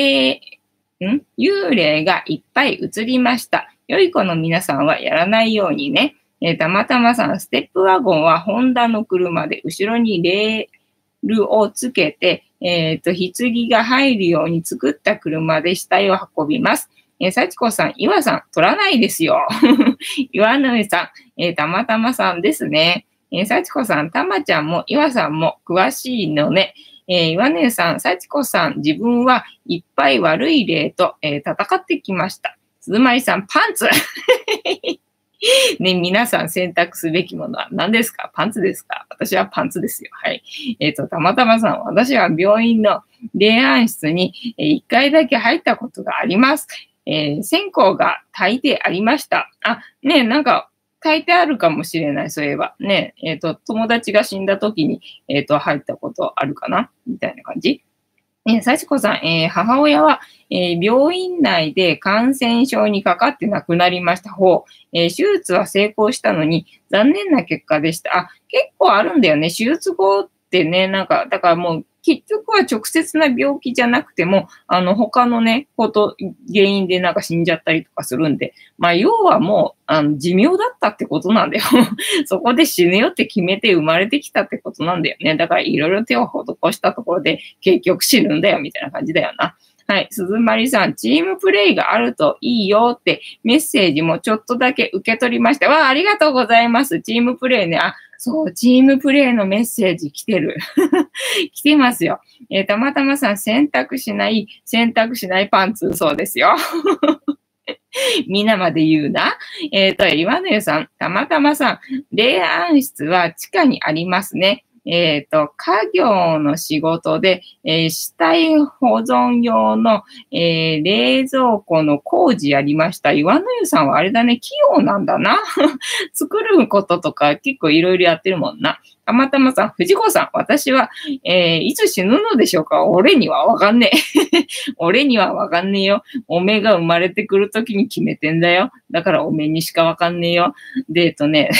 S1: 幽霊がいっぱい映りました。良い子の皆さんはやらないようにね。たまたまさん、ステップワゴンはホンダの車で、後ろにレールをつけて、棺が入るように作った車で死体を運びます。幸子さん、岩さん、取らないですよ。岩の上さん、たまたまさんですね。幸子さん、たまちゃんも岩さんも詳しいのね。岩根さん、幸子さん、自分はいっぱい悪い霊と、戦ってきました。鈴まりさん、パンツね、皆さん選択すべきものは何ですか？パンツですか？私はパンツですよ。はい。たまたまさん、私は病院の霊安室に1回だけ入ったことがあります。線香が炊いてありました。あ、ね、なんか、炊いてあるかもしれない、そういえば。ね、友達が死んだ時に、入ったことあるかなみたいな感じ。幸子さん、母親は、病院内で感染症にかかって亡くなりました方、手術は成功したのに残念な結果でした。あ、結構あるんだよね。手術後ってね、なんか、だからもう結局は直接な病気じゃなくても、他のね、原因でなんか死んじゃったりとかするんで、まあ、要はもう、寿命だったってことなんだよ。そこで死ぬよって決めて生まれてきたってことなんだよね。だからいろいろ手を施したところで結局死ぬんだよみたいな感じだよな。はい。鈴まりさん、チームプレイがあるといいよってメッセージもちょっとだけ受け取りました。わあ、ありがとうございます。チームプレイね。あ、そう、チームプレイのメッセージ来てる。来てますよ。たまたまさん、選択しないパンツ、そうですよ。皆まで言うな。岩根さん、たまたまさん、霊安室は地下にありますね。家業の仕事で、死体保存用の、冷蔵庫の工事やりました。岩野湯さんはあれだね、器用なんだな。作ることとか結構いろいろやってるもんな。たまたまさん、藤子さん、私は、いつ死ぬのでしょうか？俺にはわかんねえ。俺にはわかんねえよ。おめえが生まれてくるときに決めてんだよ。だからおめえにしかわかんねえよ。で、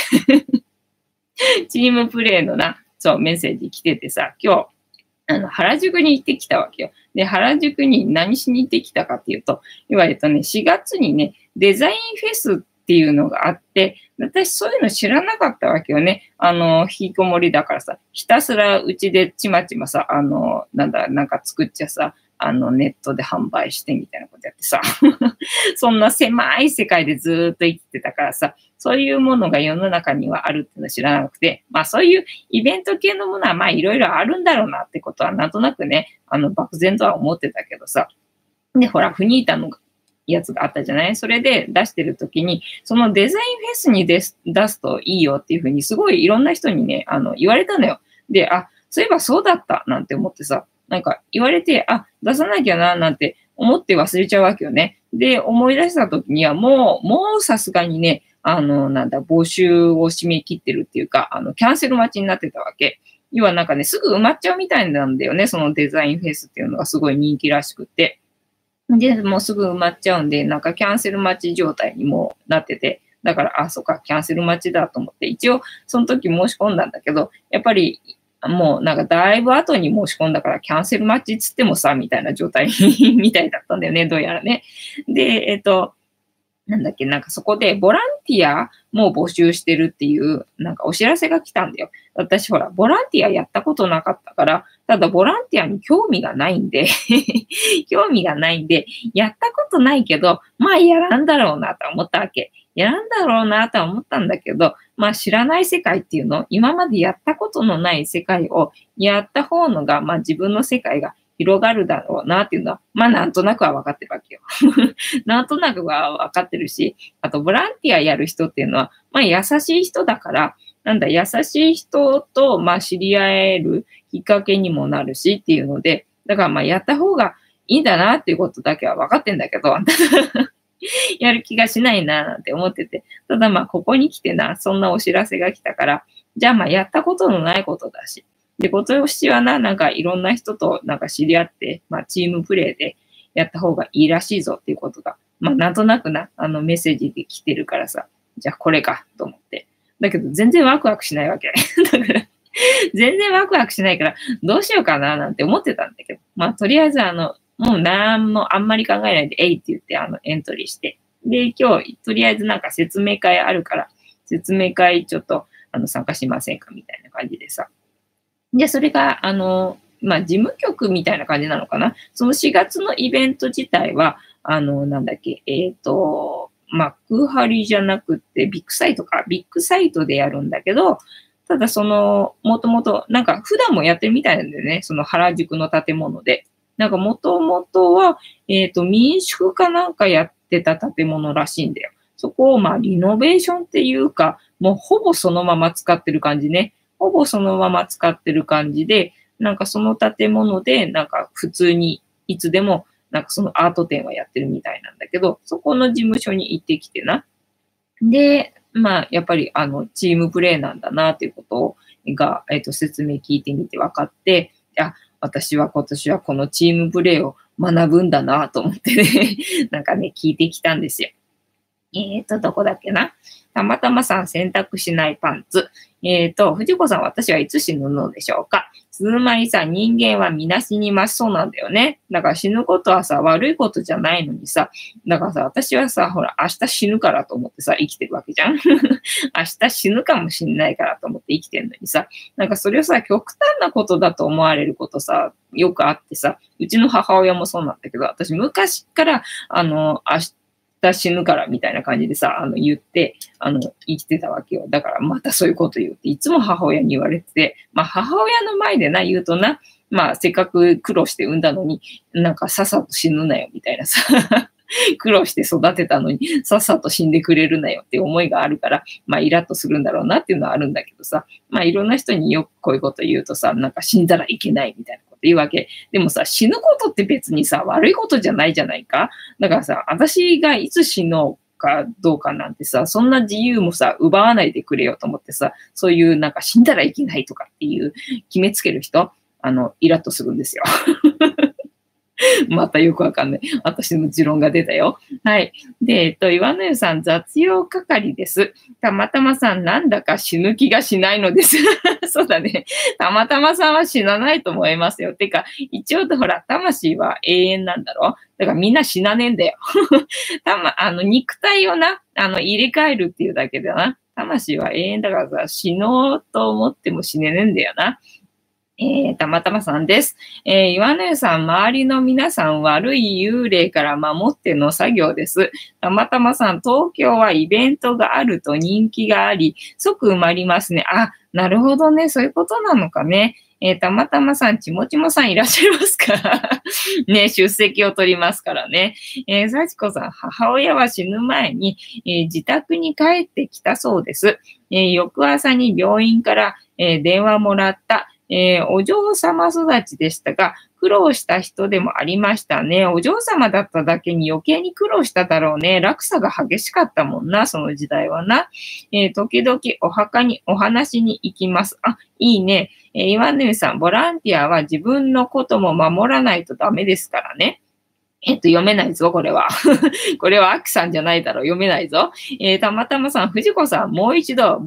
S1: チームプレイのな、そう、メッセージ来ててさ、今日、原宿に行ってきたわけよ。で、原宿に何しに行ってきたかっていうと、いわゆる4月にね、デザインフェスっていうのがあって、私そういうの知らなかったわけよね。引きこもりだからさ、ひたすらうちでちまちまさ、なんか作っちゃさ、ネットで販売してみたいなことやってさ、そんな狭い世界でずーっと生きてたからさ、そういうものが世の中にはあるっていうのを知らなくて、まあそういうイベント系のものはまあいろいろあるんだろうなってことはなんとなくね、漠然とは思ってたけどさ、で、ほら、フニータのやつがあったじゃない？それで出してる時に、そのデザインフェスに出すといいよっていうふうにすごいいろんな人にね、言われたのよ。で、あ、そういえばそうだったなんて思ってさ、なんか言われて、あ、出さなきゃななんて思って忘れちゃうわけよね。で、思い出した時にはもうさすがにね、募集を締め切ってるっていうか、キャンセル待ちになってたわけ。要はなんかね、すぐ埋まっちゃうみたいなんだよね、そのデザインフェスっていうのがすごい人気らしくて。で、もうすぐ埋まっちゃうんで、なんかキャンセル待ち状態にもなってて、 だから、あ、そっか、キャンセル待ちだと思って、一応、その時申し込んだんだけど、やっぱり、もうなんかだいぶ後に申し込んだからキャンセル待ちっつってもさ、みたいな状態みたいだったんだよね、どうやらね。で、なんだっけ、なんかそこでボランティアも募集してるっていう、なんかお知らせが来たんだよ。私ほら、ボランティアやったことなかったから、ただボランティアに興味がないんで興味がないんで、やったことないけど、まあやらんだろうなと思ったわけ。やらんだろうなとは思ったんだけど、まあ知らない世界っていうの、今までやったことのない世界をやった方のが、まあ自分の世界が広がるだろうなっていうのは、まあなんとなくは分かってるわけよ。なんとなくは分かってるし、あとボランティアやる人っていうのは、まあ優しい人だから、なんだ、優しい人と、まあ知り合えるきっかけにもなるしっていうので、だからまあやった方がいいんだなっていうことだけは分かってんだけど、やる気がしないななんて思ってて、ただまあここに来てな、そんなお知らせが来たから、じゃあまあやったことのないことだし、で、今年はな、なんかいろんな人となんか知り合って、まあチームプレイでやった方がいいらしいぞっていうことが、まあなんとなくな、メッセージで来てるからさ、じゃあこれかと思って。だけど全然ワクワクしないわけ。だから全然ワクワクしないから、どうしようかななんて思ってたんだけど、まあとりあえずもうなんもあんまり考えないで、えいって言ってエントリーして。で、今日、とりあえずなんか説明会あるから、説明会ちょっと参加しませんかみたいな感じでさ。で、それが、まあ、事務局みたいな感じなのかな。その4月のイベント自体は、なんだっけ、幕張じゃなくて、ビッグサイトか、ビッグサイトでやるんだけど、ただもともと、なんか普段もやってるみたいなんだよね。その原宿の建物で。なんかもともとは、民宿かなんかやってた建物らしいんだよ。そこをまあリノベーションっていうか、もうほぼそのまま使ってる感じね。ほぼそのまま使ってる感じで、なんかその建物で、なんか普通にいつでも、なんかそのアート展はやってるみたいなんだけど、そこの事務所に行ってきてな。で、まあ、やっぱりチームプレイなんだなっていうことが、説明聞いてみて分かって、私は今年はこのチームプレイを学ぶんだなと思ってね、なんかね、聞いてきたんですよ。どこだっけな。たまたまさん選択しないパンツ。藤子さん、私はいつ死ぬのでしょうか。つまりさ、人間は皆死にます。そうなんだよね。だから死ぬことはさ、悪いことじゃないのにさ、だからさ、私はさ、ほら、明日死ぬからと思ってさ、生きてるわけじゃん。明日死ぬかもしんないからと思って生きてるのにさ、なんかそれをさ、極端なことだと思われることさ、よくあってさ、うちの母親もそうなんだけど、私昔から、明日死ぬからみたいな感じでさ、言って、生きてたわけよ。だからまたそういうこと言うって、いつも母親に言われてて、まあ母親の前でな、言うとな、まあせっかく苦労して産んだのに、なんかさっさと死ぬなよみたいなさ、苦労して育てたのに、さっさと死んでくれるなよって思いがあるから、まあイラッとするんだろうなっていうのはあるんだけどさ、まあいろんな人によくこういうこと言うとさ、なんか死んだらいけないみたいなこと言うわけ。でもさ、死ぬことって別にさ、悪いことじゃないじゃないか。だからさ、私がいつ死のうかどうかなんてさ、そんな自由もさ、奪わないでくれよと思ってさ、そういうなんか死んだらいけないとかっていう決めつける人、イラッとするんですよ。またよくわかんない。私の持論が出たよ。はい。で、岩野湯さん、雑用係です。たまたまさん、なんだか死ぬ気がしないのです。そうだね。たまたまさんは死なないと思いますよ。てか、一応ほら、魂は永遠なんだろ。だからみんな死なねえんだよ。肉体をな、入れ替えるっていうだけだな。魂は永遠だからさ、死のうと思っても死ねねえんだよな。たまたまさんです。岩根さん、周りの皆さん、悪い幽霊から守っての作業です。たまたまさん、東京はイベントがあると人気があり、即埋まりますね。あ、なるほどね。そういうことなのかね。たまたまさん、ちもちもさんいらっしゃいますかね、出席を取りますからね。幸子さん、母親は死ぬ前に、自宅に帰ってきたそうです。翌朝に病院から、電話もらった。お嬢様育ちでしたが、苦労した人でもありましたね。お嬢様だっただけに余計に苦労しただろうね。落差が激しかったもんな、その時代はな。時々お墓にお話に行きます。あ、いいね。岩根さん、ボランティアは自分のことも守らないとダメですからね。 読めないぞ、これは。これはアキさんじゃないだろう。読めないぞ。たまたまさん、藤子さん、もう一度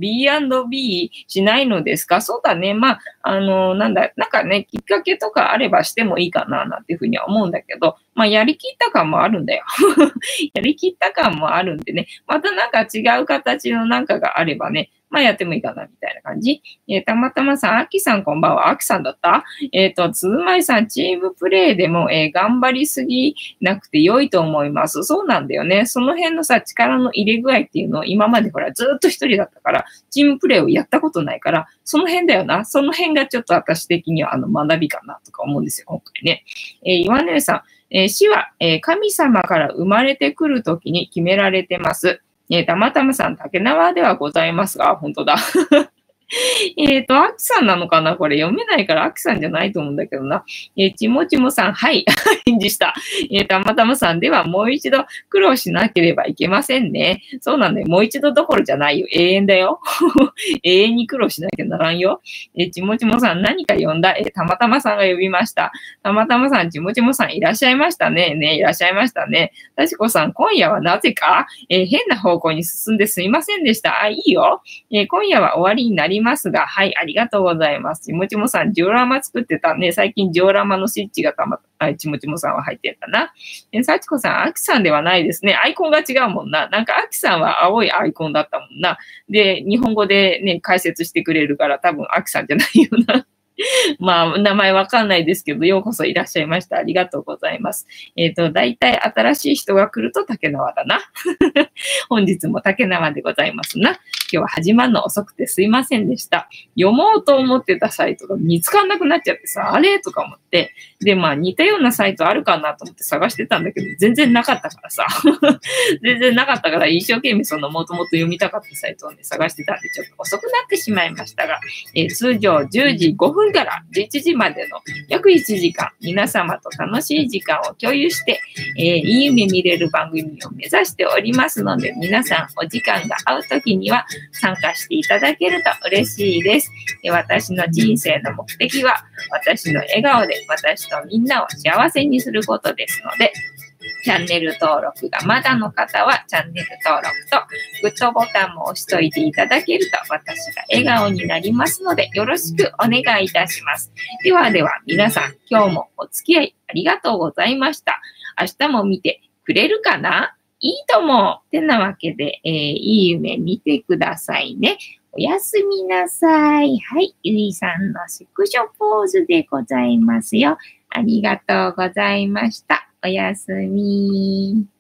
S1: B&B しないのですか？そうだね。まあ、なんかね、きっかけとかあればしてもいいかな、なんていうふうには思うんだけど、まあ、やりきった感もあるんだよ。やりきった感もあるんでね。またなんか違う形のなんかがあればね、まあ、やってもいいかな、みたいな感じ。たまたまさん、アキさんこんばんは。アキさんだった？つーまいさん、チームプレイでも、頑張りすぎなくて良いと思います。そうなんだよね。その辺のさ、力の入れ具合っていうのを今までほら、ずっと一人だったから、チームプレイをやったことないから、その辺だよな。その辺がちょっと私的には学びかなとか思うんですよ、今回ね。岩根さん、死は、神様から生まれてくるときに決められてます。たまたまさん、竹縄ではございますが、本当だ。アキさんなのかなこれ読めないからアキさんじゃないと思うんだけどな。ちもちもさん、はい、返事した。たまたまさん、ではもう一度苦労しなければいけませんね。そうなんだよ。もう一度どころじゃないよ。永遠だよ。永遠に苦労しなきゃならんよ。ちもちもさん、何か呼んだ。たまたまさんが呼びました。たまたまさん、ちもちもさん、いらっしゃいましたね。いらっしゃいましたね。たしこさん、今夜はなぜか、変な方向に進んですいませんでした。いいよ。今夜は終わりになりますが、はい、ありがとうございます。ちもちもさん、ジオラマ作ってたね。最近ジオラマのスイッチがちもちもさんは入ってたな。さちこさん、アキさんではないですね。アイコンが違うもんな。なんかアキさんは青いアイコンだったもんな。で、日本語でね、解説してくれるから多分アキさんじゃないよな。まあ、名前わかんないですけど、ようこそいらっしゃいました。ありがとうございます。大体新しい人が来ると竹縄だな。本日も竹縄でございますな。今日は始まるの遅くてすいませんでした。読もうと思ってたサイトが見つかんなくなっちゃってさ、あれとか思って。で、まあ似たようなサイトあるかなと思って探してたんだけど、全然なかったからさ。全然なかったから一生懸命そのもともと読みたかったサイトをね、探してたんでちょっと遅くなってしまいましたが、通常10時5分から11時までの約1時間、皆様と楽しい時間を共有して、いい夢見れる番組を目指しておりますので、皆さんお時間が合うときには参加していただけると嬉しいです。私の人生の目的は、私の笑顔で私とみんなを幸せにすることですので、チャンネル登録がまだの方はチャンネル登録とグッドボタンも押しといていただけると私が笑顔になりますのでよろしくお願いいたします。ではでは皆さん今日もお付き合いありがとうございました。明日も見てくれるかな？いいとも。てなわけで、いい夢見てくださいね。おやすみなさい。はい、ゆいさんのスクショポーズでございますよ。ありがとうございました。おやすみ。